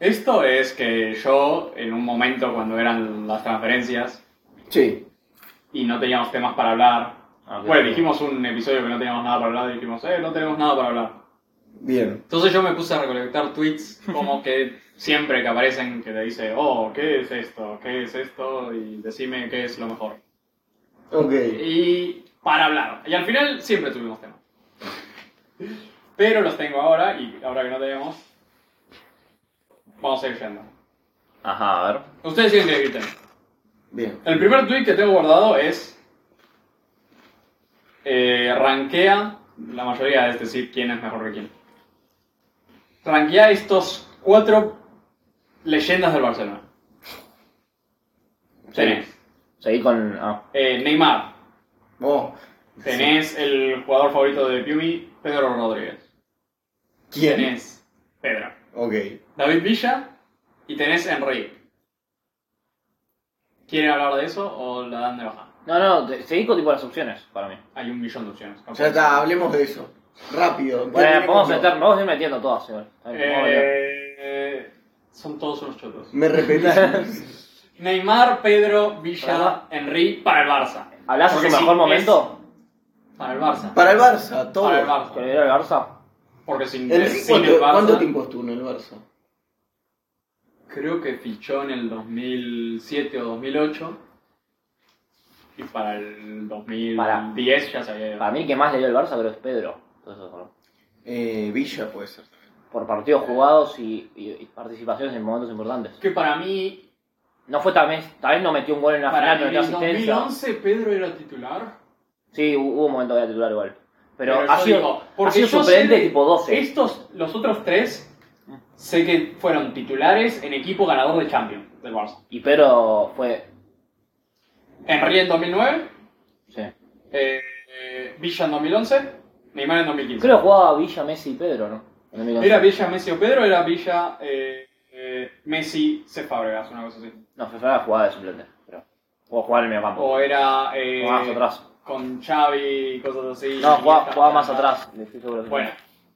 Esto es que yo, en un momento cuando eran las transferencias Sí. y no teníamos temas para hablar, Ah, bueno, dijimos un episodio que no teníamos nada para hablar y dijimos, no tenemos nada para hablar. Bien. Entonces yo me puse a recolectar tweets como que siempre que aparecen que te dice, oh, ¿qué es esto? ¿Qué es esto? Y decime qué es lo mejor. Ok. Y para hablar. Y al final siempre tuvimos temas. Pero los tengo ahora y ahora que no tenemos, vamos a ir yendo. Ajá, a ver. Ustedes tienen que elegir tema. Bien. El primer tweet que tengo guardado es... rankea, la mayoría es decir quién es mejor que quién. Rankea estos 4 leyendas del Barcelona. Tenés Seguí con... Neymar. Oh. Tenés el jugador favorito de Piumi, Pedro Rodríguez. ¿Quién? Tenés Pedro. Ok. David Villa y tenés Henry. ¿Quieren hablar de eso o la dan de baja? No, seguí con tipo las opciones para mí. Hay 1.000.000 de opciones. Ya está, hablemos de eso. Rápido. Bueno, vamos a ir metiendo todas igual. Son todos unos chotos. Me repetís. Neymar, Pedro, Villa, ¿Verdad? Henry para el Barça. ¿Hablas de Porque su mejor si momento? Para el Barça. Para el Barça, todo. Para el Barça. ¿Que era el Barça? Porque sin El- sin el Barça, ¿Cuánto tiempo estuvo en el Barça? creo que fichó en el 2007 o 2008. Y para el 2010 ya se había ido. Para mí el que más le dio el Barça creo es Pedro. Entonces, bueno, Villa puede ser. por partidos jugados y participaciones en momentos importantes. Que para mí, No fue tal vez no metió un gol en la para final, mí pero en dio el asistencia. 2011 Pedro era titular. Sí, hubo un momento que era titular igual. Pero ha yo sido, digo, ha porque sido yo suplente sé de tipo 12. los otros 3, sé que fueron titulares en equipo ganador de Champions del Barça. Y Pedro fue... Henry en 2009, Sí. Villa en 2011, Neymar en 2015. Creo que jugaba Villa, Messi y Pedro, ¿no? En el 2011. ¿Era Villa, Messi o Pedro? Era Villa, Messi, C. Fábregas, una cosa así. No, Fefera jugaba de suplente. Pero jugaba en el medio campo. O era Jugaba más atrás. con Xavi y cosas así. No, y jugaba más atrás. Estoy seguro que Bueno.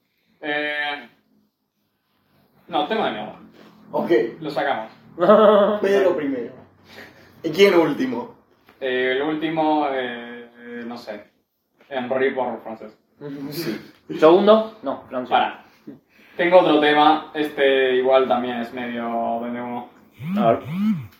No, tema de mierda. Ok. Lo sacamos. Pedro primero. ¿Y quién último? El último, no sé. Henry por francés. ¿Segundo? No, Francia. Para. Tengo otro tema. Este igual también es medio vende uno. A ver.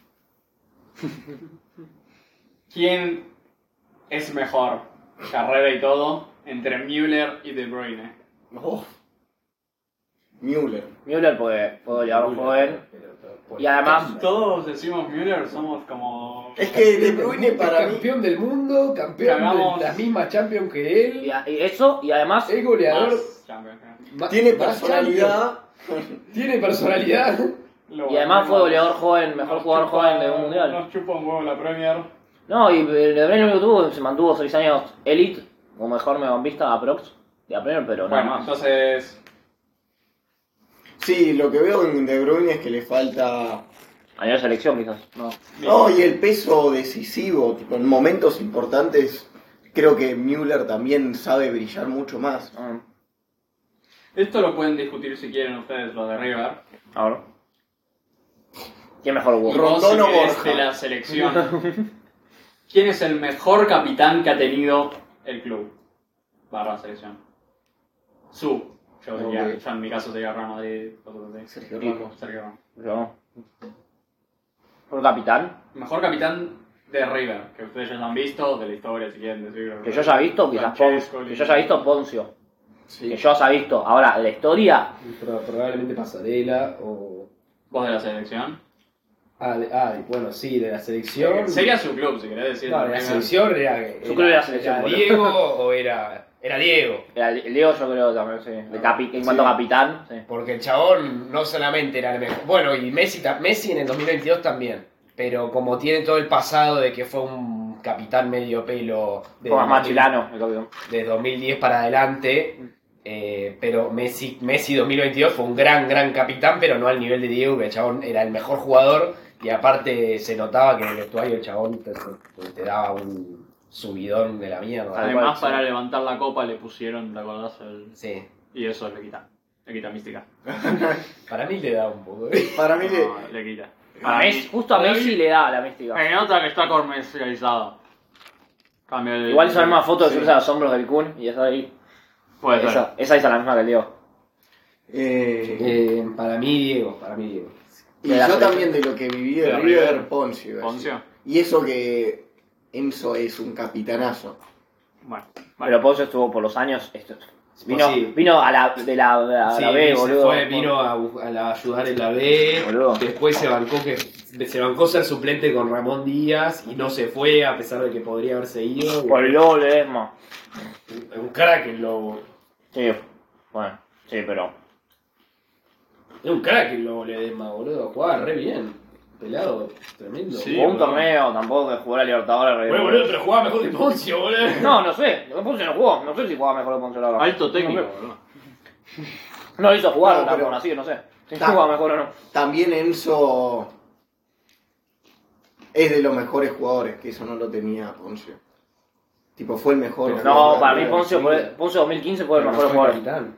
¿Quién es mejor, carrera y todo, entre Müller y De Bruyne? Oh. Müller. Müller fue goleador joven. Y además... Todos decimos Müller, somos como... Es que De Bruyne para mí. Campeón del mundo, campeón Cagamos. de la misma Champions que él. Y eso, y además... Es goleador. Más Champions, Tiene más personalidad. Champions. Tiene personalidad. Lo Y además fue volvemos- goleador joven, mejor nos jugador chupa- joven de un mundial. Nos chupa un huevo la Premier. No, y De Bruyne lo único que tuvo, se mantuvo 6 años elite, como mejor mediocampista aprox de la Premier, pero nada Bueno, más. entonces... Sí, lo que veo en De Bruyne es que le falta. A nivel selección quizás, no. No, y el peso decisivo, tipo, en momentos importantes, creo que Müller también sabe brillar mucho más. Ah, Esto lo pueden discutir si quieren ustedes, lo de River. a ver. ¿Quién mejor Y jugó? Rondón vos, si o querés, Borja. de la selección. ¿Quién es el mejor capitán que ha tenido el club? Barra selección. Yo diría, Ok. yo en mi caso sería Real Madrid, cosas así. Sergio Y Ramos. Sergio Ramos. Yo. ¿Por capitán? Mejor capitán de River, que ustedes ya lo han visto, de la historia, si quieren decirlo. Que yo haya visto, quizás Francesco, Poncio. Que yo haya visto Poncio. Sí. Que yo haya visto. Ahora, de la historia, Probablemente Pasarela o. ¿Vos de la selección? Bueno, sí, de la selección. Sería su club, si querés decir. No, de la selección era. Su club era selección, boludo. Diego o era. Era Diego. el Diego yo creo también, sí. En cuanto a capitán, sí. Porque el chabón no solamente era el mejor. Bueno, y Messi en el 2022 también. Pero como tiene todo el pasado de que fue un capitán medio pelo de, Como más chilano, el capitán. de 2010 para adelante. Pero Messi 2022 fue un gran capitán, pero no al nivel de Diego, que el chabón era el mejor jugador. Y aparte se notaba que en el vestuario el chabón te daba un subidón de la mierda. Además, Sí. para levantar la copa le pusieron, ¿te acordás? Sí. Y eso le quita. Le quita mística. Para mí le da un poco. Para mí le... No, le quita. Justo a Messi le da la mística. Se nota que está comercializado. Cambio el... Igual hizo la misma foto de Sí. subirse a los hombros del Kun y esa ahí. Puede ser. Esa es la misma que el Diego. Para mí, Diego. Y yo también de lo que viví de De River, River, Poncio. iba a decir. Poncio. Y eso que Enzo es un capitanazo. Bueno. Pero Poncio estuvo por los años. Vino, Sí. vino a la Sí, la B, se boludo. vino a ayudar en la B. Boludo. Después se bancó ser suplente con Ramón Díaz y no se fue a pesar de que podría haberse ido. Por el Lobo Ledesma. Un crack el Lobo. Sí, bueno, sí, pero. Es un crack el Lobo Ledesma, boludo. Jugaba re bien. Pelado, tremendo. Sí, Jugó un boludo. torneo tampoco que jugó la Libertadores. Bueno, boludo, pero jugaba mejor que Poncio, boludo. No sé. Poncio no jugó. No sé si jugaba mejor que Poncio la verdad. Alto técnico, No, boludo. no lo hizo jugar, No, pero- aún así, no sé. Si Ta- jugaba mejor o no. También Enzo es de los mejores jugadores, que eso no lo tenía Poncio. Tipo, fue el mejor. Pero jugador No, de para mí River. Poncio 2015 fue el Pero no mejor fue jugador. capitán.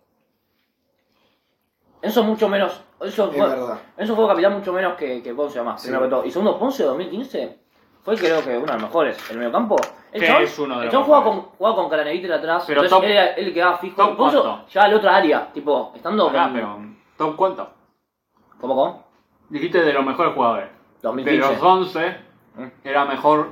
Eso mucho menos. Eso Es verdad. fue capitán mucho menos que Poncio, además. Sí. Primero que todo. Y segundo, Poncio 2015 fue creo que uno de los mejores. El mediocampo. El Que chabón, es uno de el los chabón jugaba mejores. jugaba con Caranevitter atrás. Pero Entonces top- él quedaba fijo. top Poncio cuánto. llegaba al otro área. Tipo, estando Acá, con. pero... ¿Top cuánto? ¿Cómo? Dijiste de los mejores jugadores. 2015. De los 11, era mejor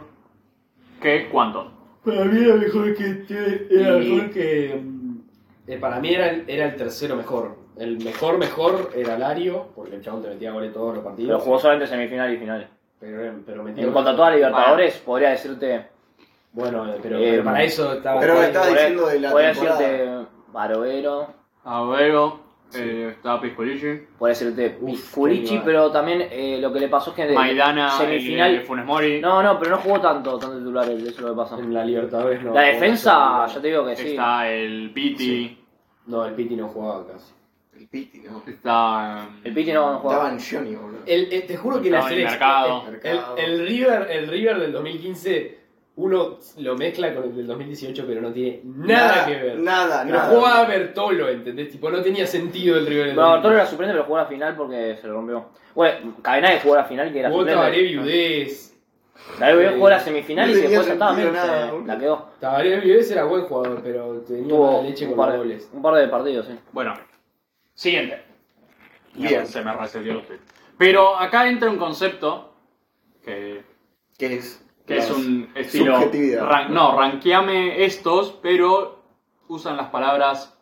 que ¿cuánto? Para mí era mejor que. Era Y- mejor que. Para mí era el tercero mejor. El mejor era Lario, porque el chabón te metía goles todos los Pero partidos. jugó solamente semifinal y final. Pero metía En goles. cuanto a todas las Libertadores, podría decirte. Bueno, pero Eh, para eso estaba. pero podría- estaba diciendo de la podría temporada. decirte Barovero. Agüero, estaba Piscolici, Puede decirte Uf, Culichi, qué rival. pero también lo que le pasó es que de Maidana, semifinal. Funes Mori. No, pero no jugó tanto titular, eso es lo que pasa. En la Libertadores no. La jugó defensa, casi. yo te digo que sí. Está el Piti, No, el Piti no jugaba casi. El Piti, ¿no? está... El Piti no jugaba. Estaba en Johnny, boludo. Te juro que la Estaba en el selección. mercado. El River del 2015, uno lo mezcla con el del 2018, pero no tiene nada que ver. Nada, Pero nada. jugaba a Bertolo, ¿entendés? Tipo, no tenía sentido el River del No, 2015. Toro era suplente, pero jugó la final porque se lo rompió. Bueno, Cadenay jugó la final que era Jugó suplente. Tabaré Viudés. Tabaré jugó la semifinal No y se tenía después estaba sentido bien, nada, se boludo. la quedó. Tabaré Viudés era buen jugador, pero tenía Tuvo mala leche con los goles. un par de partidos, sí. Bueno, siguiente. Bien. Se me reseteó el tweet. Pero acá entra un concepto que ¿Qué es? es La un estilo... subjetividad. rankeame estos, pero usan las palabras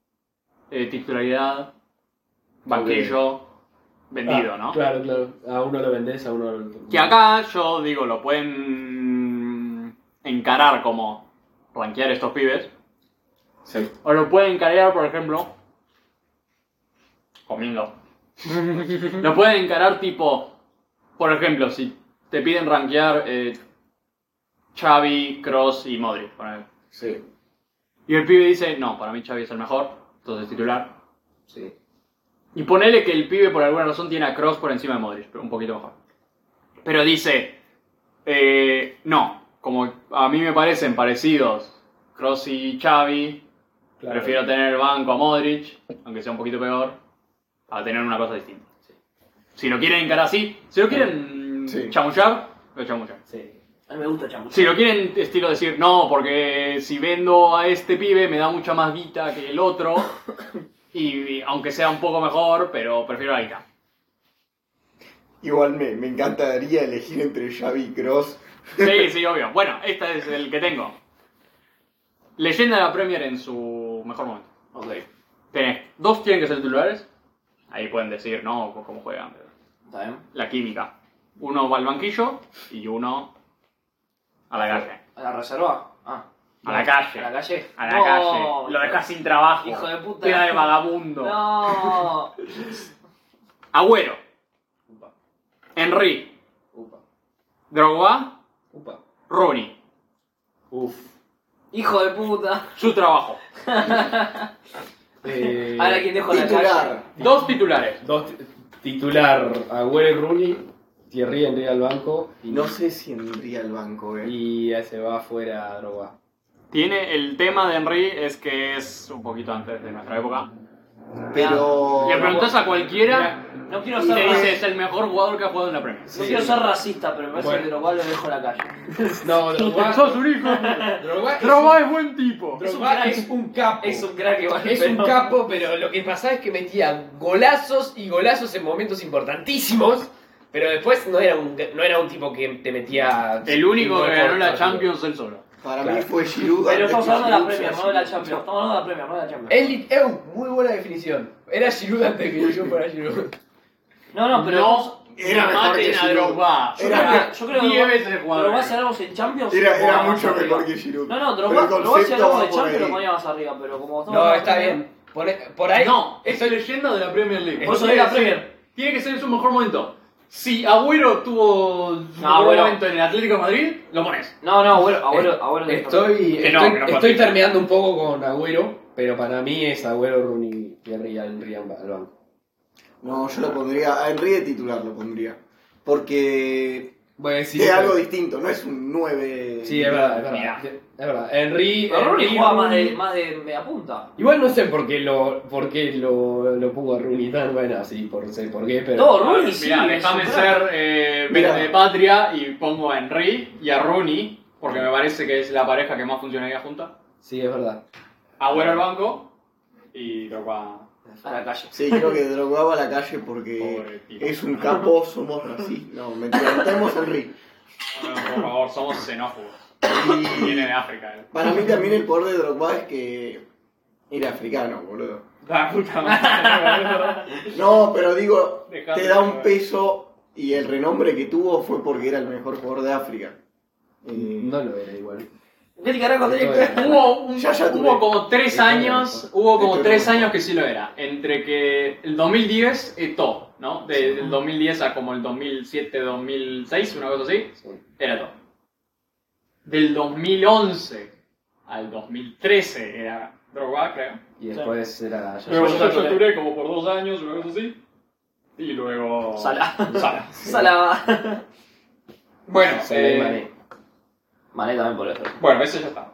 titularidad, banquillo, vendido, ¿no? Claro, claro. A uno lo vendés, a uno lo... Que acá yo digo, lo pueden encarar como rankear estos pibes. Sí. O lo pueden encarar, por ejemplo, comiendo. Lo pueden encarar tipo, por ejemplo, si te piden rankear Xavi, Kroos y Modric, por ejemplo. Sí. Y el pibe dice, no, para mí Xavi es el mejor, entonces titular. Sí. Y ponele que el pibe por alguna razón tiene a Kroos por encima de Modric, pero un poquito mejor. Pero dice, no, como a mí me parecen parecidos Kroos y Xavi, Claro. prefiero tener el banco a Modric, aunque sea un poquito peor, para tener una cosa distinta. Si lo quieren encarar así, si lo quieren Sí. chamullar, lo chamullan. Sí. A mí me gusta chamucho. Si lo quieren estilo decir, no, porque si vendo a este pibe me da mucha más guita que el otro, y aunque sea un poco mejor, pero prefiero la guita. Igual me encantaría elegir entre Xavi y Kroos. Sí, sí, obvio. Bueno, este es el que tengo. Leyenda de la Premier en su mejor momento. Ok. Tenés, dos tienen que ser titulares. Ahí pueden decir, no, cómo juegan. ¿Está bien? La química. Uno va al banquillo y uno a la calle. ¿A la reserva? Ah. A la calle. ¿A la calle? A la No, calle. Lo dejas sin trabajo. Hijo de puta. Queda de vagabundo. No. Agüero. Upa. Henry. Upa. Drogba. Upa. Rooney. Uf. Hijo de puta. Su trabajo. Ahora quién dejo en la calle. Titular. Dos titulares. Titular, Agüero y Rooney, Thierry Henry al banco No sé si vendría al banco, y ya se va afuera Drogba. Tiene el tema de Henry es que es un poquito antes de nuestra época. Pero... Le preguntás a cualquiera No quiero y ser te dice racista. es el mejor jugador que ha jugado en la Premier. No quiero ser racista, pero me parece Bueno. que Drogba lo dejo en la calle. No, Drogba. ¡Sos un hijo! Drogba es buen tipo. Drogba es un capo. Es un crack igual. Es un capo, pero lo que pasaba es que metía golazos y golazos en momentos importantísimos, pero después no era un tipo que te metía... El único un gol que ganó por la partido. Champions él solo. Para Claro. mí fue Giroud. Pero antes estamos que hablando de la Giroud Premier, sea no de la Giroud. Champions. Estamos hablando de la Premier, no de la Champions. Muy buena definición. Era Giroud antes que yo fuera Giroud. No, pero... No, Era mejor maten que a Giroud. Drogba. Yo creo que 10 veces el Drogba jugador. si ganamos en Champions... Era lo ponía mucho más arriba. mejor que Giroud. No, Pero Drogba el si concepto ganamos va en por Champions lo ahí. ponía más arriba, pero como estamos No, hablando está de bien. Por ahí... No, es leyenda de la Premier League. Por eso de la Premier. Tiene que ser en su mejor momento. Si Agüero tuvo su mejor Agüero. momento en el Atlético de Madrid, lo pones. No, Agüero Estoy Que no estoy aplica. terminando un poco con Agüero, pero para mí es Agüero, Rooney, Thierry y Henry al banco. No, yo lo pondría... A Henry de titular lo pondría. Porque... Bueno, sí, es algo distinto, no es un 9... Sí, es verdad. Mira. Es verdad. Henry juega más Rooney- de media punta. Igual no sé por qué lo pongo a Rooney tan bueno así, sé por qué, pero... No, Rooney sí. Mira, es déjame un ser crack. Mira. verde patria y pongo a Henry y a Rooney, porque me parece que es la pareja que más funcionaría junta. Sí, es verdad. Agüero al banco y Drogba. A la calle. Sí, creo que Drogba va a la calle porque Pobre tipo. es un capo, somos así. No, mentira, no tenemos a Henry. No, por favor, somos xenófobos. Y Viene de África. para mí también el poder de Drogba es que era africano, boludo. La puta madre. No, pero digo, Dejate te da de un joder. peso y el renombre que tuvo fue porque era el mejor jugador de África. No lo era igual. ¿Qué carajo tenés que Ya tuve. Hubo como 3 años, hubo como Esto 3 no. años que sí lo era. Entre que el 2010 top, ¿no? Del 2010 a como el 2007, 2006, una cosa así, Sí. era top. Del 2011 al 2013 era Drogba, creo. Y después era... Luego yo yo creo. duré como por 2 años, una cosa así. Y luego... Salah. Salah. Salah. Bueno, Mané. Mané también por eso. bueno, ese ya está.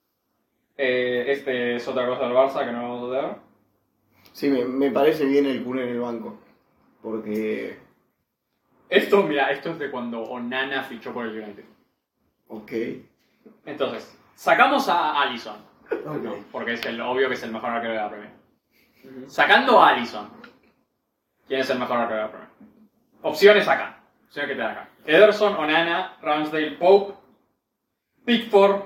Este es otra cosa del Barça que no vamos a hacer. Sí, me parece bien el Kun en el banco. Porque, Esto, mira, esto es de cuando Onana fichó por el United. ok. Entonces, sacamos a Alisson, Ok. porque es obvio que es el mejor arquero de la Premier. Sacando a Alisson, ¿quién es el mejor arquero de la Premier? Opciones acá, opciones que te dan acá. Ederson, Onana, Ramsdale, Pope, Pickford,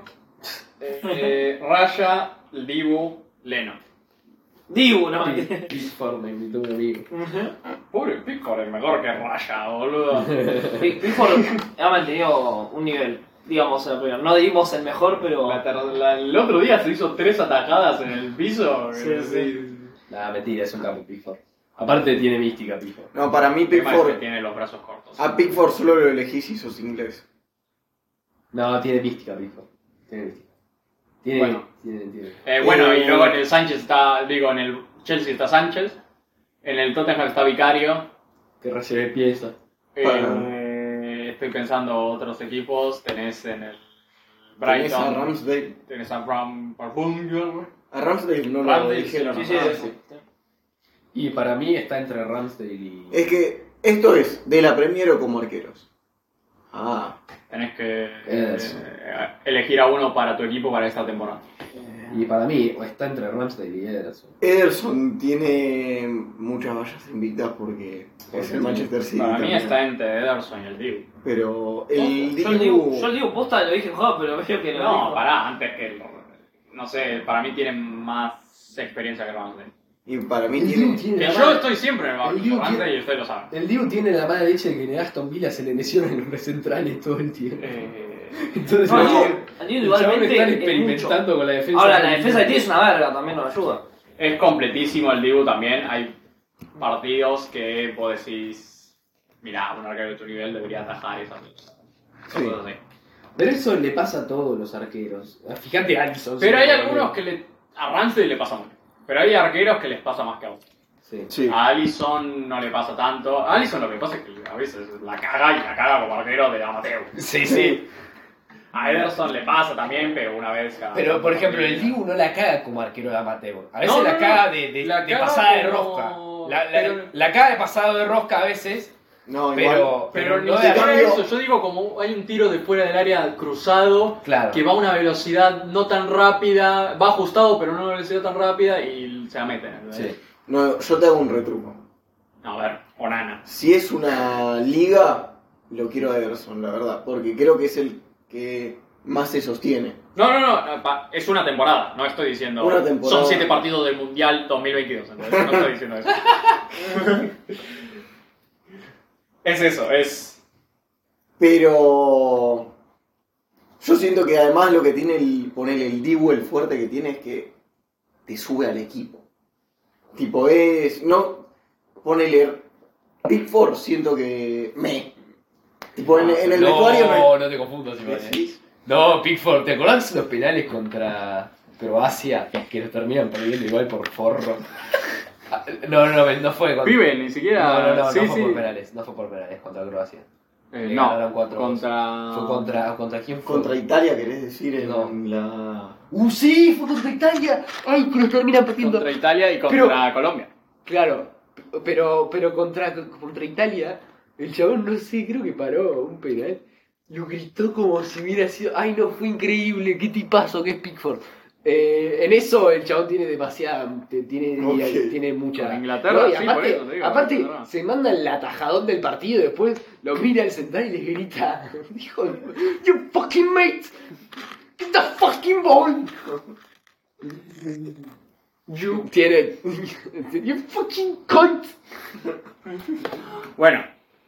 Raya, Dibu, Leno. Dibu, no. Pickford me invitó un amigo. Pobre Pickford es mejor que Raya, boludo. Pickford ha mantenido un nivel, digamos, en la primera. No dimos el mejor, pero... El otro día se hizo 3 atajadas en el piso. Sí. Nada, mentira, es un capo Pickford. Aparte tiene mística Pickford. No, para mí El tema es que Pickford... tiene los brazos cortos. A Pickford solo lo elegí si sos inglés. No, tiene mística Pickford. Tiene mística. Bueno. Tiene. Bueno, y luego en el Sánchez está, digo, en el Chelsea está Sánchez, en el Tottenham está Vicario. Que recibe pieza. Estoy pensando otros equipos, tenés en el Tenés a Brighton, Ramsdale. tenés a Bram Barbunger. A Ramsdale no lo Ramsdale, dijeron. sí, Sí, Ah, sí. Y para mí está entre Ramsdale y... Es que esto es de la Premier o como arqueros. Ah, Tenés que Ederson. elegir a uno para tu equipo para esta temporada. Y para mí está entre Ramsdale y Ederson. Ederson tiene muchas vallas invictas porque es el Manchester City. Para mí también. está entre Ederson y el Dibu. Pero el Yo el Dibu... Dibu posta lo dije en juego, pero veo que lo No, dijo. pará, antes que el... No sé, para mí tiene más experiencia que Ramsdale. Y para mí El tiene... Dibu tiene Que la yo mala- estoy siempre en el banco, el Dibu Ramsdale, tiene- y ustedes lo saben. El Dibu tiene la mala leche de que en Aston Villa se le lesionan los centrales todo el tiempo. Entonces, No, el no, chabón- el Dibu el chabón igualmente está es experimentando con la defensa. Ahora, la defensa de ti es una verga, también nos ayuda. Es completísimo el Dibu también. Hay partidos que vos decís, mirá, un arquero de tu nivel debería atajar esas cosas Sí. así. Pero eso le pasa a todos los arqueros. Fíjate a Alisson. Pero hay algunos que a Ramsdale le pasa mucho. Pero hay arqueros que les pasa más que a vos. Sí. Sí. A Alisson no le pasa tanto. A Alisson lo que pasa es que a veces la caga y la caga como arquero de amateur. Sí, sí. A Ederson le pasa también, pero una vez cada... Pero, por ejemplo, el Dibu no la caga como arquero de amateur. A veces No, la no, caga no. de La caga pasada de como- rosca. pero- La caga de pasado de rosca a veces, No, pero, Pero ni no de siquiera cambio- eso, yo digo como hay un tiro de fuera del área cruzado Claro. que va a una velocidad no tan rápida, va ajustado pero no a una velocidad tan rápida y se la meten. ¿entendés? Sí. No, yo te hago un retruco. A ver, Onana. Si es una liga, lo quiero a Ederson, la verdad, porque creo que es el que más se sostiene. No, es una temporada, no estoy diciendo... Una temporada. Son 7 partidos del Mundial 2022, entonces no estoy diciendo eso. Es eso, es... Pero yo siento que además lo que tiene ponerle el Dibu, el fuerte que tiene es que te sube al equipo. Tipo no ponele Pickford, siento que tipo en el vestuario No te confundas, Iván. ¿Decís? No, Pickford, ¿te acordás los penales contra Croacia? Que los terminan perdiendo igual por forro. No fue contra... Pibe, ni siquiera... No sí, fue sí. por penales, no fue por penales contra Croacia. Le No, ganaron 4-2. contra... Fue contra quién fue? Contra Italia, querés decir, en No. la... Sí, fue contra Italia. Ay, que los terminan perdiendo. Contra Italia y contra Colombia. Claro, pero contra Italia, el chabón, no sé, creo que paró un penal. Lo gritó como si hubiera sido. Ay, no, fue increíble, qué tipazo que es Pickford. En eso el chabón tiene demasiada. Tiene mucha. Con Inglaterra, y sí, aparte, por eso te digo, aparte Inglaterra. se manda el atajadón del partido, después lo mira el central y le grita: Hijo de. You fucking mate! Get the fucking ball! Tiene. You fucking cunt! Bueno.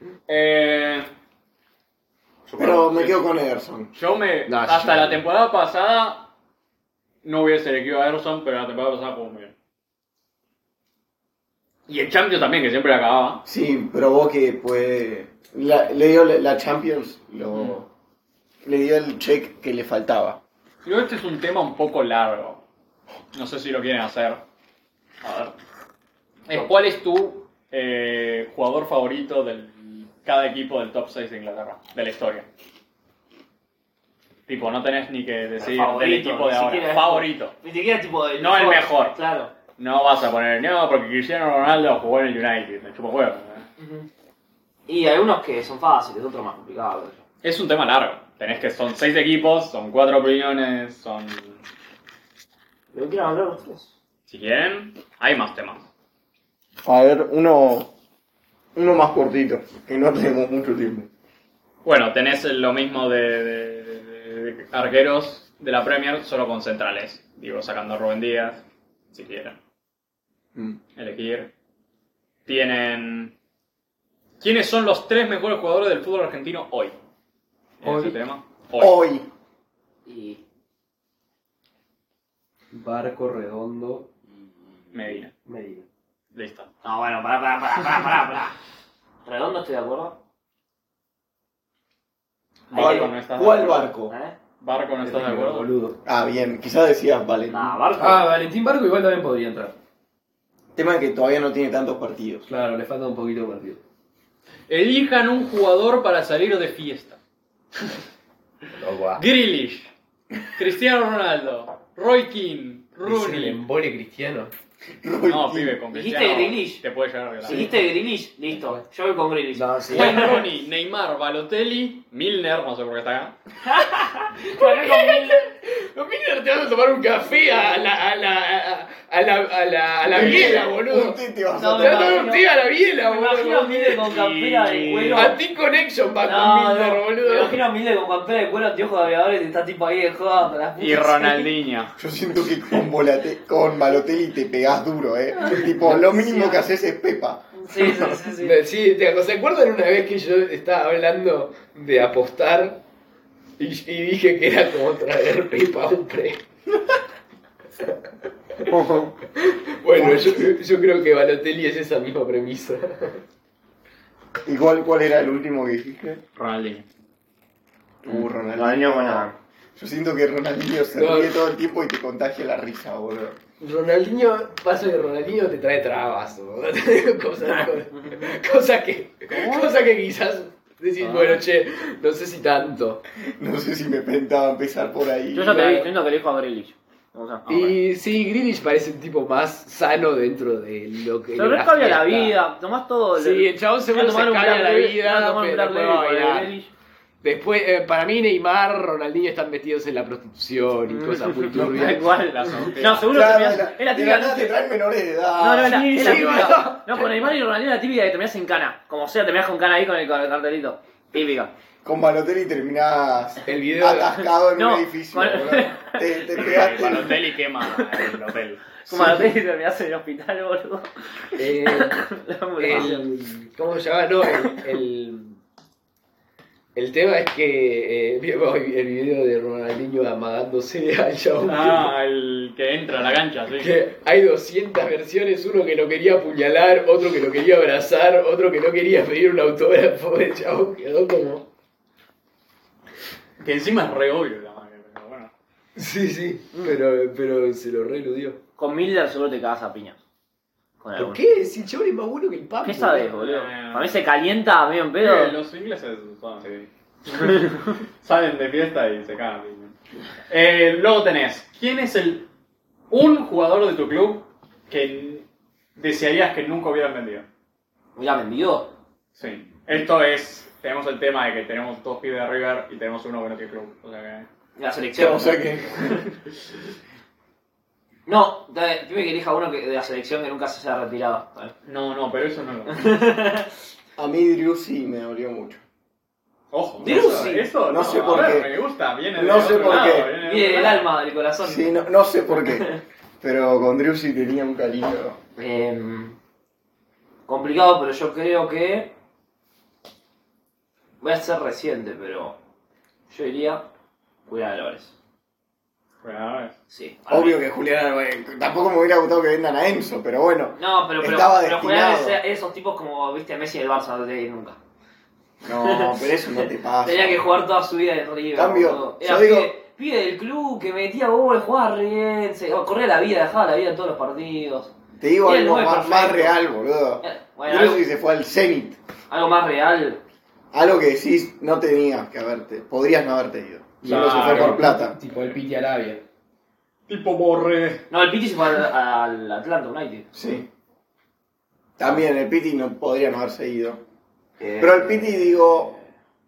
Pero me quedo con Ederson. Yo No, hasta yo- la temporada pasada no hubiese elegido a Ederson, pero la temporada pasada jugó muy bien. Y el Champions también, que siempre acababa. Sí, probó que puede... le dio la Champions, le dio el check que le faltaba. Pero este es un tema un poco largo. No sé si lo quieren hacer. A ver. ¿Cuál es tu jugador favorito de cada equipo del top 6 de Inglaterra? De la historia. Tipo, no tenés ni que decir del equipo de ni ahora. siquiera es- Favorito. Ni siquiera tipo del No el mejor. Claro. No vas a poner, no, porque Cristiano Ronaldo jugó en el United. Me chupo huevo. Y hay unos que son fáciles, otros más complicados. Es un tema largo. Son 6 equipos, son 4 opiniones, son... ¿Pero quieren hablar ustedes? Si quieren, hay más temas. A ver, uno más cortito, que no tenemos mucho tiempo. Bueno, tenés lo mismo de arqueros de la Premier, solo con centrales. Digo, sacando a Rubén Díaz, si quieren elegir. Tienen... ¿Quiénes son los 3 mejores jugadores del fútbol argentino hoy? ¿En Hoy. ese tema? Hoy. Y. Barco, Redondo Medina. Medina. Listo. No, bueno, pará. Redondo estoy de acuerdo. Barco no está de ¿Cuál acuerdo. barco? Barco no estás de acuerdo. Boludo. Ah, bien, quizás decías Valentín. Nah, Barco. Valentín Barco igual también podría entrar. Tema de que todavía no tiene tantos partidos. Claro, le falta un poquito de partido. Elijan un jugador para salir de fiesta. Grealish, Cristiano Ronaldo, Roy Keane, ¿Es el Rooney. embole cristiano? No, pibe, con Dijiste Cristiano Grealish. te puede llegar a regalar. Dijiste Grealish, listo. Yo voy con Grealish. No, sí. Wayne Rooney, Neymar, Balotelli, Milner, no sé por qué está acá. Los Miller te vas a tomar un café a la biela, boludo. Un tete vas No, a me Te vas a tomar. tomar un té a la biela, Me imagino a Miller con campera de cuero. A ti Connection va con Miller, Me boludo. imagino a Miller con campera de cuero, anteojos de aviadores y está tipo ahí de joda. con las Y putas. Ronaldinho. Yo siento que con Balotelli te pegás duro, Tipo, lo mínimo que haces es Pepa. Sí. Sí, ¿se acuerdan una vez que yo estaba hablando de apostar y dije que era como traer Pepa a un pre? Bueno, yo creo que Balotelli es esa misma premisa. ¿Y cuál era el último que dijiste? Ronaldinho. Ronaldinho. bueno. Yo siento que Ronaldinho se No. ríe todo el tiempo y te contagia la risa, boludo. Ronaldinho, pasa que Ronaldinho te trae trabas, boludo. Cosa que quizás Decís, bueno, che, no sé si tanto. No sé si me pensaba empezar por ahí. Yo ya te vi diciendo que elijo a Grealish. O sea, Y sí, Grealish parece un tipo más sano dentro de lo que... se recambia la vida, tomás todo. Sí, el chabón seguro se cambia la vida, pero después va a bailar. Grealish. Después, para mí Neymar, Ronaldinho están metidos en la prostitución y cosas muy turbias. Igual. La sortea. No, seguro Claro, terminás. Es la de típica. nada te traen menores de edad. No, es la Sí, típica. No, con Neymar y Ronaldinho es la típica que terminás en cana. Como sea, terminás con cana ahí con el cartelito. Típica. Con Balotelli terminás El video de- atascado en No, un edificio. con- boludo. Te pegaste. Balotelli quema el hotel. Como a y terminás en el hospital, boludo. La ambulancia. ¿Cómo se llama? No, el tema es que vimos el video de Ronaldinho amagándose al chabón. Ah, el que entra a la cancha, sí. Que hay 200 versiones, uno que lo quería apuñalar, otro que lo quería abrazar, otro que no quería pedir un autógrafo, el chabón quedó como... Que encima es re obvio la madre, pero bueno. Sí, pero se lo reeludió. Con Milner seguro te cagas a piñas. Con ¿Por alguno. qué? Si el chabón es más bueno que el Papu. ¿Qué sabes, boludo? Para mí se calienta medio en pedo. Los ingleses son así. Salen de fiesta y se cagan. Luego tenés, ¿quién es un jugador de tu club que desearías que nunca hubieran vendido? ¿Hubiera vendido? Sí. Esto es, tenemos el tema de que tenemos dos pibes de River y tenemos uno que no tiene club. O sea que... La selección. O sea que. No, dime que elija uno de la selección que nunca se haya retirado. No, pero eso no lo... A mí Driussi me dolió mucho. Ojo, Driussi. eso No sé a por ver, qué. me gusta, viene No de sé otro por lado, qué. viene de Viene otro del lado. alma, del corazón. Sí, no sé por qué. Pero con Driussi tenía un cariño. Complicado, pero yo creo que... Voy a ser reciente, pero... Yo diría... Julián Álvarez. Bueno, a ver. Sí. Obvio que Julián Álvarez. Tampoco me hubiera gustado que vendan a Enzo, pero bueno. No, pero Estaba Julián destinado. Álvarez, esos tipos como, viste, Messi del Barça no te ir nunca. No, pero eso no te pasa. Tenía que jugar toda su vida en River. Cambio, boludo. yo Era digo- pibe del club que metía goles, jugaba re bien, corría la vida, dejaba la vida en todos los partidos. Te digo Era el algo nueve más perfecto. real, boludo. Bueno, Driussi se fue al Zenit. algo más real. Algo que decís, no tenías que haberte. Podrías no haberte ido. Solo se fue Claro. por plata. Tipo el Piti Arabia. Tipo Borre. No, el Piti se fue al Atlanta United. Sí. También el Piti no podría no haberse ido. Pero el Piti, digo,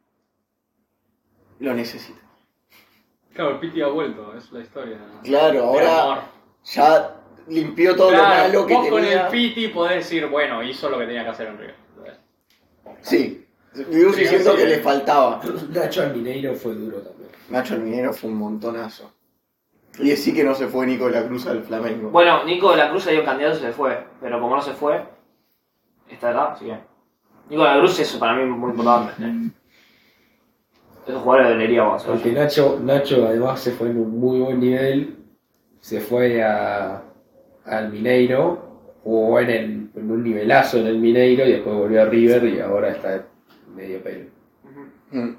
lo necesita. Claro, el Piti ha vuelto, es la historia. Claro, De ahora amor. ya limpió todo lo Claro, malo que vos con tenía. el Piti podés decir, bueno, hizo lo que tenía que hacer en River. Sí. Driussi Sí, siento sí. que le faltaba. Nacho Almineiro fue duro también. Nacho el Minero fue un montonazo. Y sí que no se fue Nico de la Cruz al Flamengo. Bueno, Nico de la Cruz dio un candidato y se le fue. Pero como no se fue, está acá, así que. Nico de la Cruz es para mí muy importante. Esos jugadores deberíamos hacer. Porque Nacho además se fue en un muy buen nivel. Se fue al Mineiro. Jugó en un nivelazo en el Mineiro y después volvió a River y ahora está medio pelo. Mm.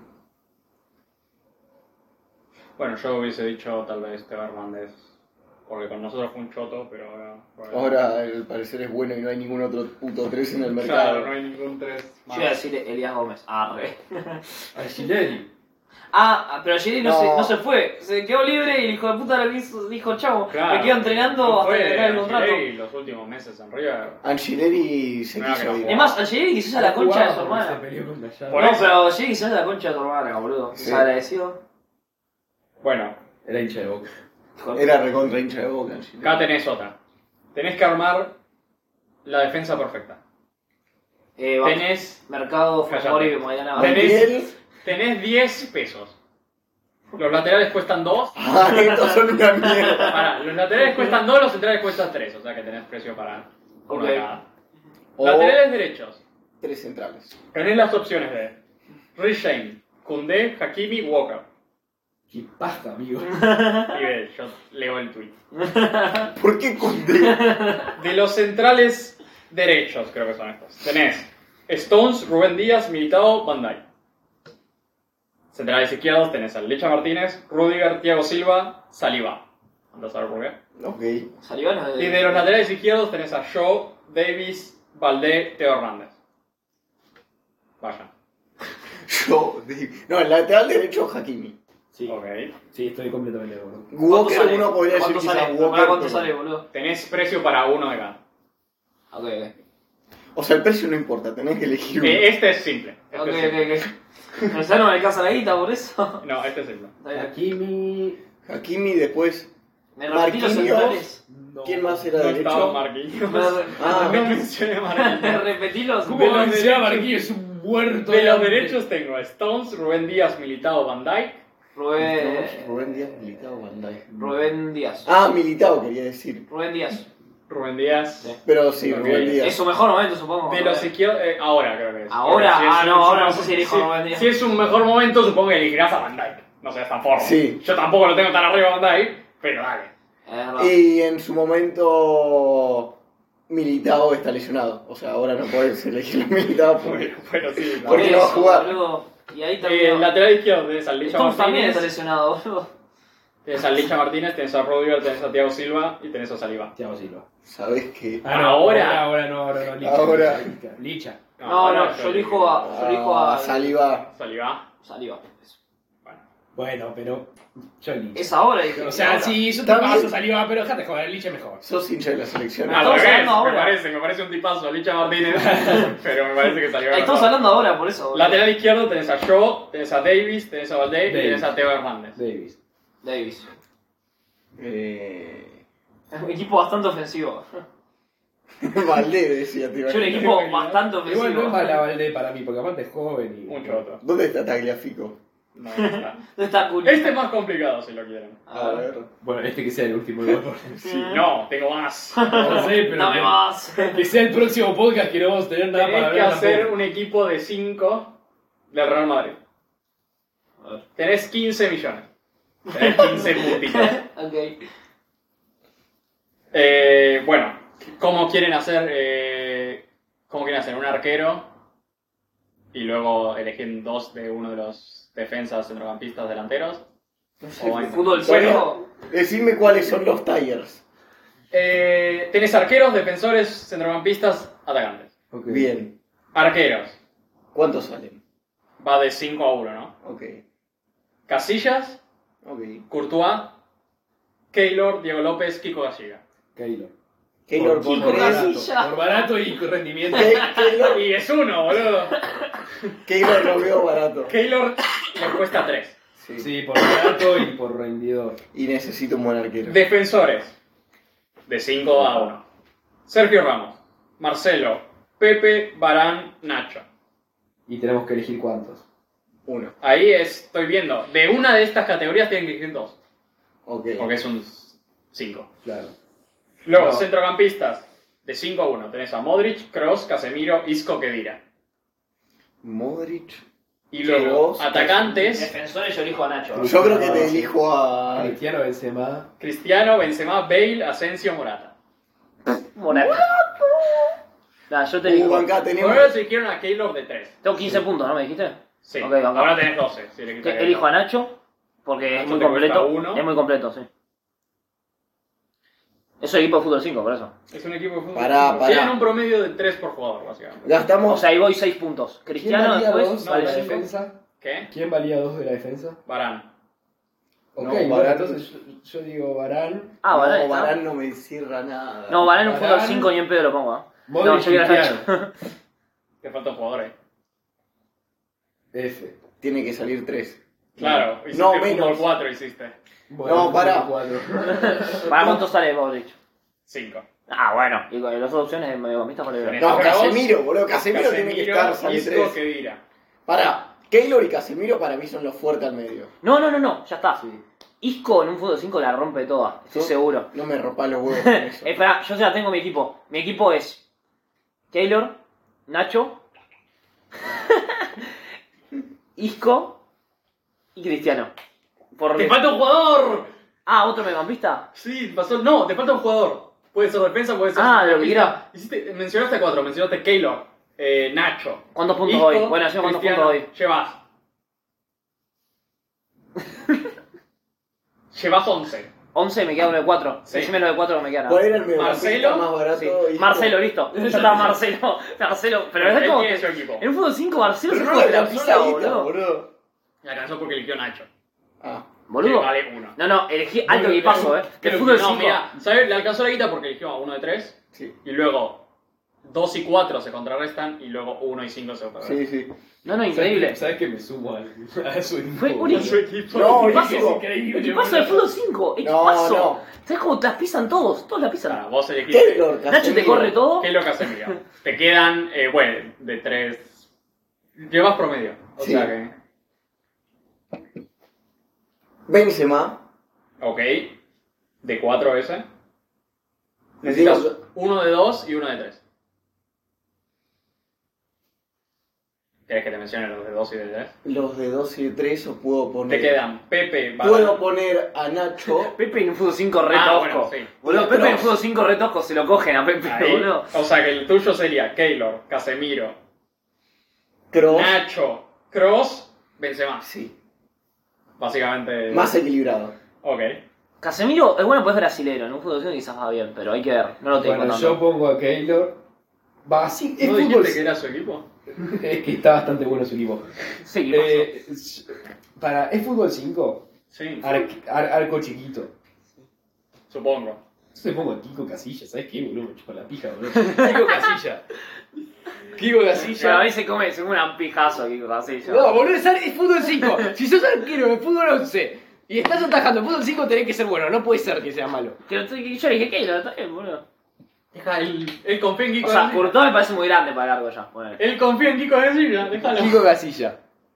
Bueno, yo hubiese dicho tal vez Teo Hernández, porque con nosotros fue un choto, pero ahora... Ahora al parecer es bueno y no hay ningún otro puto 3 en el mercado. Claro, no hay ningún 3 Yo más. iba a decir Elías Gómez. Ah, re. Algileri. Pero Gileri no se fue. Se quedó libre y el hijo de puta le dijo, chavo, Claro, me quedo entrenando hasta que acabe el contrato. Y los últimos meses en River. Angileri se No, quiso que no ir. Es más, Gileri quizás a la concha de su Se hermana. peleó con Gallardo. Por No, eso. pero Gileri quizás a la concha de tu hermana, boludo. Sí. ¿Se agradecido? Bueno, Era hincha de Boca. Era recontra hincha de Boca. Angileri. acá tenés otra. Tenés que armar la defensa perfecta. Tenés, Mercado, Callate. Fosfori, mañana. Montiel. tenés 10 pesos. Los laterales cuestan 2. Ah, estos son una mierda. Pará, los laterales cuestan 2, los centrales cuestan 3. O sea que tenés precio para uno de Ok. cada. O Laterales derechos. 3 centrales. Tenés las opciones de Rich Shane, Koundé, Hakimi, Walker. Qué pasta, amigo. Y ve, yo leo el tweet. ¿Por qué Koundé? De los centrales derechos, creo que son estos. Tenés Stones, Rubén Díaz, Militao, Van Dijk. Centrales izquierdos tenés a Licha Martínez, Rudiger, Thiago Silva, Saliba. Andás a ver por qué. Ok. Salió, no. Y de los laterales izquierdos tenés a Shaw, Davis, Valdé, Teo Hernández. Vaya. No, el lateral derecho Hakimi. Sí, Ok. sí, estoy completamente de acuerdo. Walker uno podría decir ¿Cuánto quizás sale? Walker. ¿Cuánto pero- sale, boludo? Tenés precio para uno de cada. Ok, ok. O sea, el precio no importa, tenés que elegir uno. Este es simple. Este Ok, es simple. ok. Pero ya no me alcanza la guita por eso. No, este es simple. Está bien. Hakimi. Hakimi después. Me repetí los Marquinhos. centrales. No. ¿Quién más era No derecho? estaba Marquinhos. Ah, No mencioné Me Marquinhos. repetí los. ¿Cómo De los vencía derechos- Marquinhos? Es un muerto. De los hambre. derechos tengo a Stones, Rubén Díaz, Militao, Van Dijk. Rubén Díaz, Militao, Van Dijk. Rubén Díaz. Ah, Militao quería decir. Rubén Díaz. Rubén Díaz. Sí. Pero sí, Ok. Rubén Díaz. Es su mejor momento, supongo. De los izquierdos, ahora creo que es. ¿Ahora? Porque Ah, es no, un- ahora no sé si elijo si- Rubén Díaz. Si es un mejor momento, supongo que elegirás a Van Dijk. No seas tan forro. Sí. Yo tampoco lo tengo tan arriba a Van Dijk, pero dale. Es verdad. Y en su momento Militao está lesionado. O sea, ahora no puedes elegir a Militao porque... Bueno, sí. ¿Por qué no va a jugar? Boludo. Y ahí también. Lateral izquierdo tenés a Licha Stones también está Martínez. lesionado, boludo. Tenés a Licha Martínez, tenés a Rudiger, tenés a Thiago Silva y tenés a Saliba. Thiago Silva. ¿Sabés qué? Ah, no, Ahora. ahora no. Licha. Ahora. Licha. No, yo elijo a. Saliba. Saliba. Saliva. Bueno, pero yo Licha. Es ahora, dije. O sea, ahora. sí, es un También- tipazo, Saliva, pero déjate joder, Licha es mejor. Sos hincha de la selección. Al Estamos revés, hablando ahora. me parece un tipazo Licha Martínez, pero me parece que Saliba. Ahí estamos mejor. hablando ahora, por eso. boludo. Lateral izquierdo tenés a Shaw, tenés a Davis, tenés a Valdez y Davis. tenés a Teo Hernández. Davis. Davis. Eh... Es un equipo bastante ofensivo. Valdés decía, tío. Yo un equipo bastante Igual no es ofensivo. mala Valde para mí, porque aparte es joven y. Mucho otro. ¿Dónde está Tagliafico? No, no está. No está cool. Este es más complicado si lo quieren. A ver. Bueno, este que sea el último igual. Sí, no, tengo más. No sé, pero. Dame más. Que sea el próximo podcast que no vamos a tener nada Tenés para que ver. hacer tampoco. un equipo de 5 del Real Madrid. A ver. Tenés 15 millones. Tenés 15 puntitos. Ok. Bueno, ¿cómo quieren hacer? ¿Cómo quieren hacer? Un arquero y luego eligen dos de uno de los defensas, centrocampistas, delanteros. O bueno. Fútbol Bueno. 5. Decime cuáles son los tires. Tenés arqueros, defensores, centrocampistas, atacantes. Ok. Bien. Arqueros. ¿Cuántos salen? Va de 5 a 1, ¿no? Ok. Casillas, Ok. Courtois, Keylor, Diego López, Kiko Gallego. Keylor. Keylor Por por Kiko tres. Casilla. Por barato y con rendimiento. Keylor, Y es uno, boludo. Keylor lo veo barato. Keylor le cuesta 3. Sí. Sí, por barato y por rendidor. Y necesito un buen arquero. Defensores. De 5 a 1. Sergio Ramos, Marcelo, Pepe, Barán, Nacho. Y tenemos que elegir cuántos. Uno. Ahí estoy viendo. De una de estas categorías tienen que elegir 2. Ok. Porque es un 5. Claro. Luego, No. centrocampistas. De 5 a 1. Tenés a Modric, Kroos, Casemiro, Isco, Kedira. Modric. Y luego, Kroos, atacantes. Defensores yo elijo a Nacho. Yo creo que te elijo a. Cristiano Benzema. Cristiano, Benzema, Bale, Asensio, Morata. Morata. Nah, yo te elijo. Acá tenemos. Primero se eligieron a Keylor de 3. Tengo 15 puntos, ¿no me dijiste? Sí. Ok, acá. Ahora tenés 12. Si elegiste a Elijo Keylor. a Nacho porque es Nacho muy te completo. cuesta uno. Es muy completo, sí. Es un equipo de fútbol 5, por eso. Es un equipo de fútbol. Pará. Tienen un promedio de 3 por jugador, básicamente. O Gastamos. sea, ahí voy 6 puntos. ¿Quién Cristiano valía después. dos no, de la cinco. defensa? ¿Qué? ¿Quién valía dos de la defensa? Barán. Ok, No, bueno, Varane. entonces yo digo Varane. Ah, Varane. No, ¿está? Varane no me cierra nada. No, Varane en un fútbol Varane. 5 ni en pedo lo pongo. ¿eh? Modric, No, yo quiero a Cristiano. Nacho. Te falta un jugador ahí. F. Tiene que salir 3. Claro, hiciste No, fútbol menos. 4, hiciste. Bueno, No, pará. cuatro. ¿Para cuánto sale Modric? 5. Ah, bueno. Y con las dos opciones de mediocampista por el No, Kroos, Casemiro, boludo. Casemiro tiene que estar, salir Isco, 3. Kedira. Pará, Keylor y Casemiro para mí son los fuertes al medio. No, ya está. Sí. Isco en un fútbol 5 la rompe toda, estoy ¿No? seguro. No me rompa los huevos con eso. Esperá, yo ya tengo mi equipo. Mi equipo es Keylor, Nacho, Isco y Cristiano. Por ¡Te falta un jugador! Ah, ¿otro mediocampista? Sí, pasó. No, te falta un jugador. Puede ser defensa, puede ser. Ah, de lo que centrocampista. Mencionaste 4, mencionaste Keylor, Nacho. ¿Cuántos puntos Isco, doy? Bueno, yo cuántos Cristiano. puntos doy. Llevas 11. 11 me queda uno de 4. Sí. Decime lo de 4 que me queda. ¿Cuál era el Marcelo, mediocampista más barato? Sí. Isco? Marcelo, listo. Yo estaba Marcelo. Pero es Él como tiene que su equipo. en un fútbol 5 Marcelo Pero es no como le que la alcanzó pisa, la guita, boludo. Me alcanzó porque eligió Nacho. Ah. Que Boludo. vale 1. No, elegí alto equipazo, El El fútbol 5. No, mira, ¿sabes? Le alcanzó la guita porque eligió a 1 de 3. Sí. Y luego 2 y 4 se contrarrestan. Y luego 1 y 5 se contrarrestan. Sí, sí. No, increíble. ¿Sabes que me sumo a su equipo? Fue un Su equipo. No, equipazo. Isco. increíble. Equipazo de fútbol 5. Equipazo. no. ¿Sabes cómo te las pisan todos? Todos la Ah, pisan. vos elegiste. Keylor, Nacho te Casemiro. corre todo. ¿Qué es lo que hace Miguel? Te quedan, bueno, de 3. Llevas promedio. O Sí. sea que. Benzema. Ok. De 4 ese. Necesitas Digo, 1 de 2 y 1 de 3. ¿Querés que te mencione los de 2 y de 3? los de 2 y de 3 o puedo poner. Te quedan Pepe, Puedo poner a Nacho. Pepe en un fútbol 5 re Ah, tosco. bueno, sí. Boludo, Pepe en Kroos. un fútbol 5 re tosco. Se lo cogen a Pepe, Ahí. boludo. O sea que el tuyo sería Keylor, Casemiro, Kroos. Nacho, Kroos, Benzema. Sí. Básicamente. Más equilibrado. Ok. Casemiro es bueno, pues es brasilero. En un fútbol 5 quizás va bien, pero hay que ver. No lo tengo Bueno, tanto. yo pongo a Keylor. Va, sí, es ¿No fútbol. dijiste que era su equipo? Es que está bastante bueno su equipo. Sí, ¿qué ¿Es fútbol 5? Sí, Arco chiquito. supongo. Yo te pongo a Kiko Casilla, ¿sabes qué, boludo? Me chupa la pija, boludo. Kiko Casilla. Kiko Pero a Casilla. mí se come un pijazo aquí, así. No, boludo, es fútbol 5. Si sos arquero de fútbol 11 y estás atajando en fútbol 5, tenés que ser bueno. No puede ser que sea malo. Pero yo dije Keylor, está bien, boludo. Deja, él confía en Kiko O sea, Casilla. Courtois me parece muy grande para largo ya. Bueno. Él confía en Kiko Casilla, déjalo. Kiko Casilla.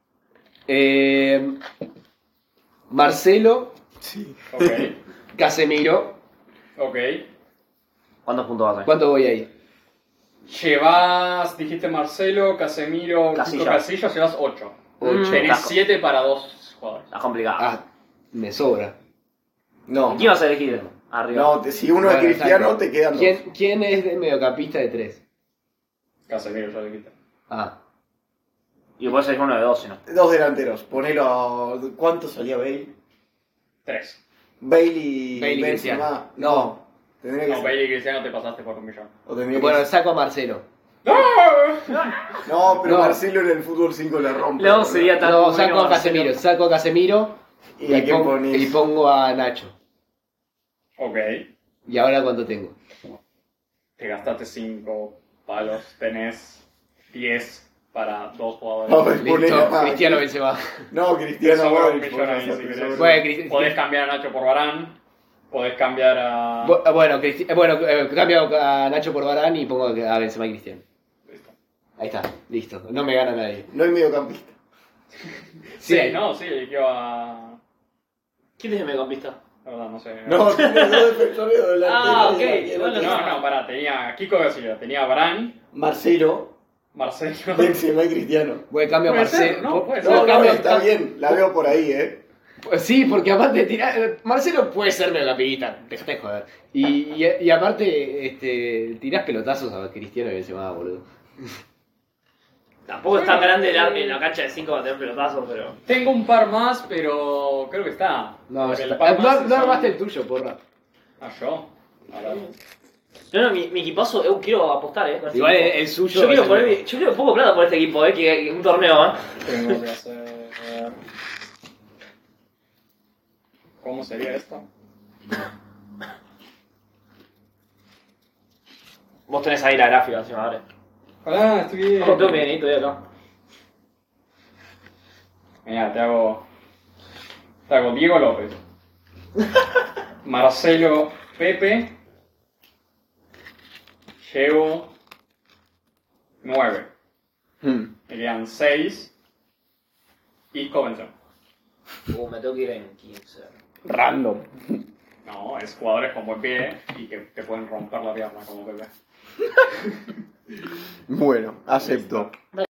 Marcelo. Sí. Ok, Casemiro. ok. ¿Cuántos puntos vas a hacer? ¿Cuánto voy ahí? Llevas, dijiste Marcelo, Casemiro, Casilla. Kiko Casilla, llevas 8. Ocho. Tenés Casco. 7 para 2 jugadores. Está complicado. Ah, me sobra. No. ¿Quién vas a elegir? Arriba. No, si uno es Bueno, cristiano, exacto. te quedan dos. ¿Quién es de mediocampista de 3? Casemiro, ya lo dijiste. Ah, Y puedes elegir uno de 2, si no. Dos delanteros. Ponelo a. ¿Cuánto salía Bale? 3. Bale y Bale y Benzema. Cristiano. No. Tendría que No, ser. Bailey y Cristiano te pasaste por 1 millón. O tendría que bueno, ser- saco a Marcelo. No, pero No. Marcelo en el fútbol 5 la rompe. Luego boludo. sería tan No, bueno saco a Marcelo. Casemiro. ¿Y a quién ponés? y pongo a Nacho. Ok. ¿Y ahora cuánto tengo? Te gastaste 5 palos. Tenés 10 para 2 jugadores. No, pues, ponele Listo, a- Cristiano Benzema. No, Te Cristiano sobra un Modric, millón ahí, ponés, si te querés. sobra. Bueno, Podés cambiar a Nacho por Varane. Podés cambiar a. Cambio a Nacho por Varane y pongo a Benzema y Cristiano. Listo. Ahí está, listo. No me gana nadie. No hay mediocampista. Sí, Sí. no, sí, eligió a. ¿Quién es el mediocampista? La verdad, no sé. No, tiene dos defensores o delanteros. Ah, ok, y el bueno, otro- No, pará, tenía Kiko Casilla, tenía a Varane, Marcelo, Marcelo. Benzema y Cristiano. Voy a cambiar a Puede ser, Marcelo. ¿no? Puede ser. No, no, cambio- está bien. La veo por ahí, Pues sí, porque aparte Marcelo puede ser mediocampista, dejate de joder. Y aparte, tirás pelotazos a Cristiano y Benzema, boludo. Tampoco es tan grande el arco en la cancha de 5 para tener pelotazos, pero. Tengo un par más, pero creo que está. No, Porque ya el está. par más No son- armaste el tuyo, porra. Ah, yo. A ver. No, mi equipazo, quiero apostar, con este Igual equipo. el suyo. Yo quiero es poner, yo quiero poco plata por este equipo, que un torneo, Tengo que hacer. ¿Cómo sería esto? Vos tenés ahí la gráfica encima, vale. Ah, estoy bien. No, tengo bien, estoy acá. Mira, te hago Diego López. Marcelo Pepe. Llevo 9. Me quedan 6. Isco Benzema. Me tengo que ir en 15. Random. No, es jugadores con buen pie y que te pueden romper la pierna como Pepe. Bueno, acepto.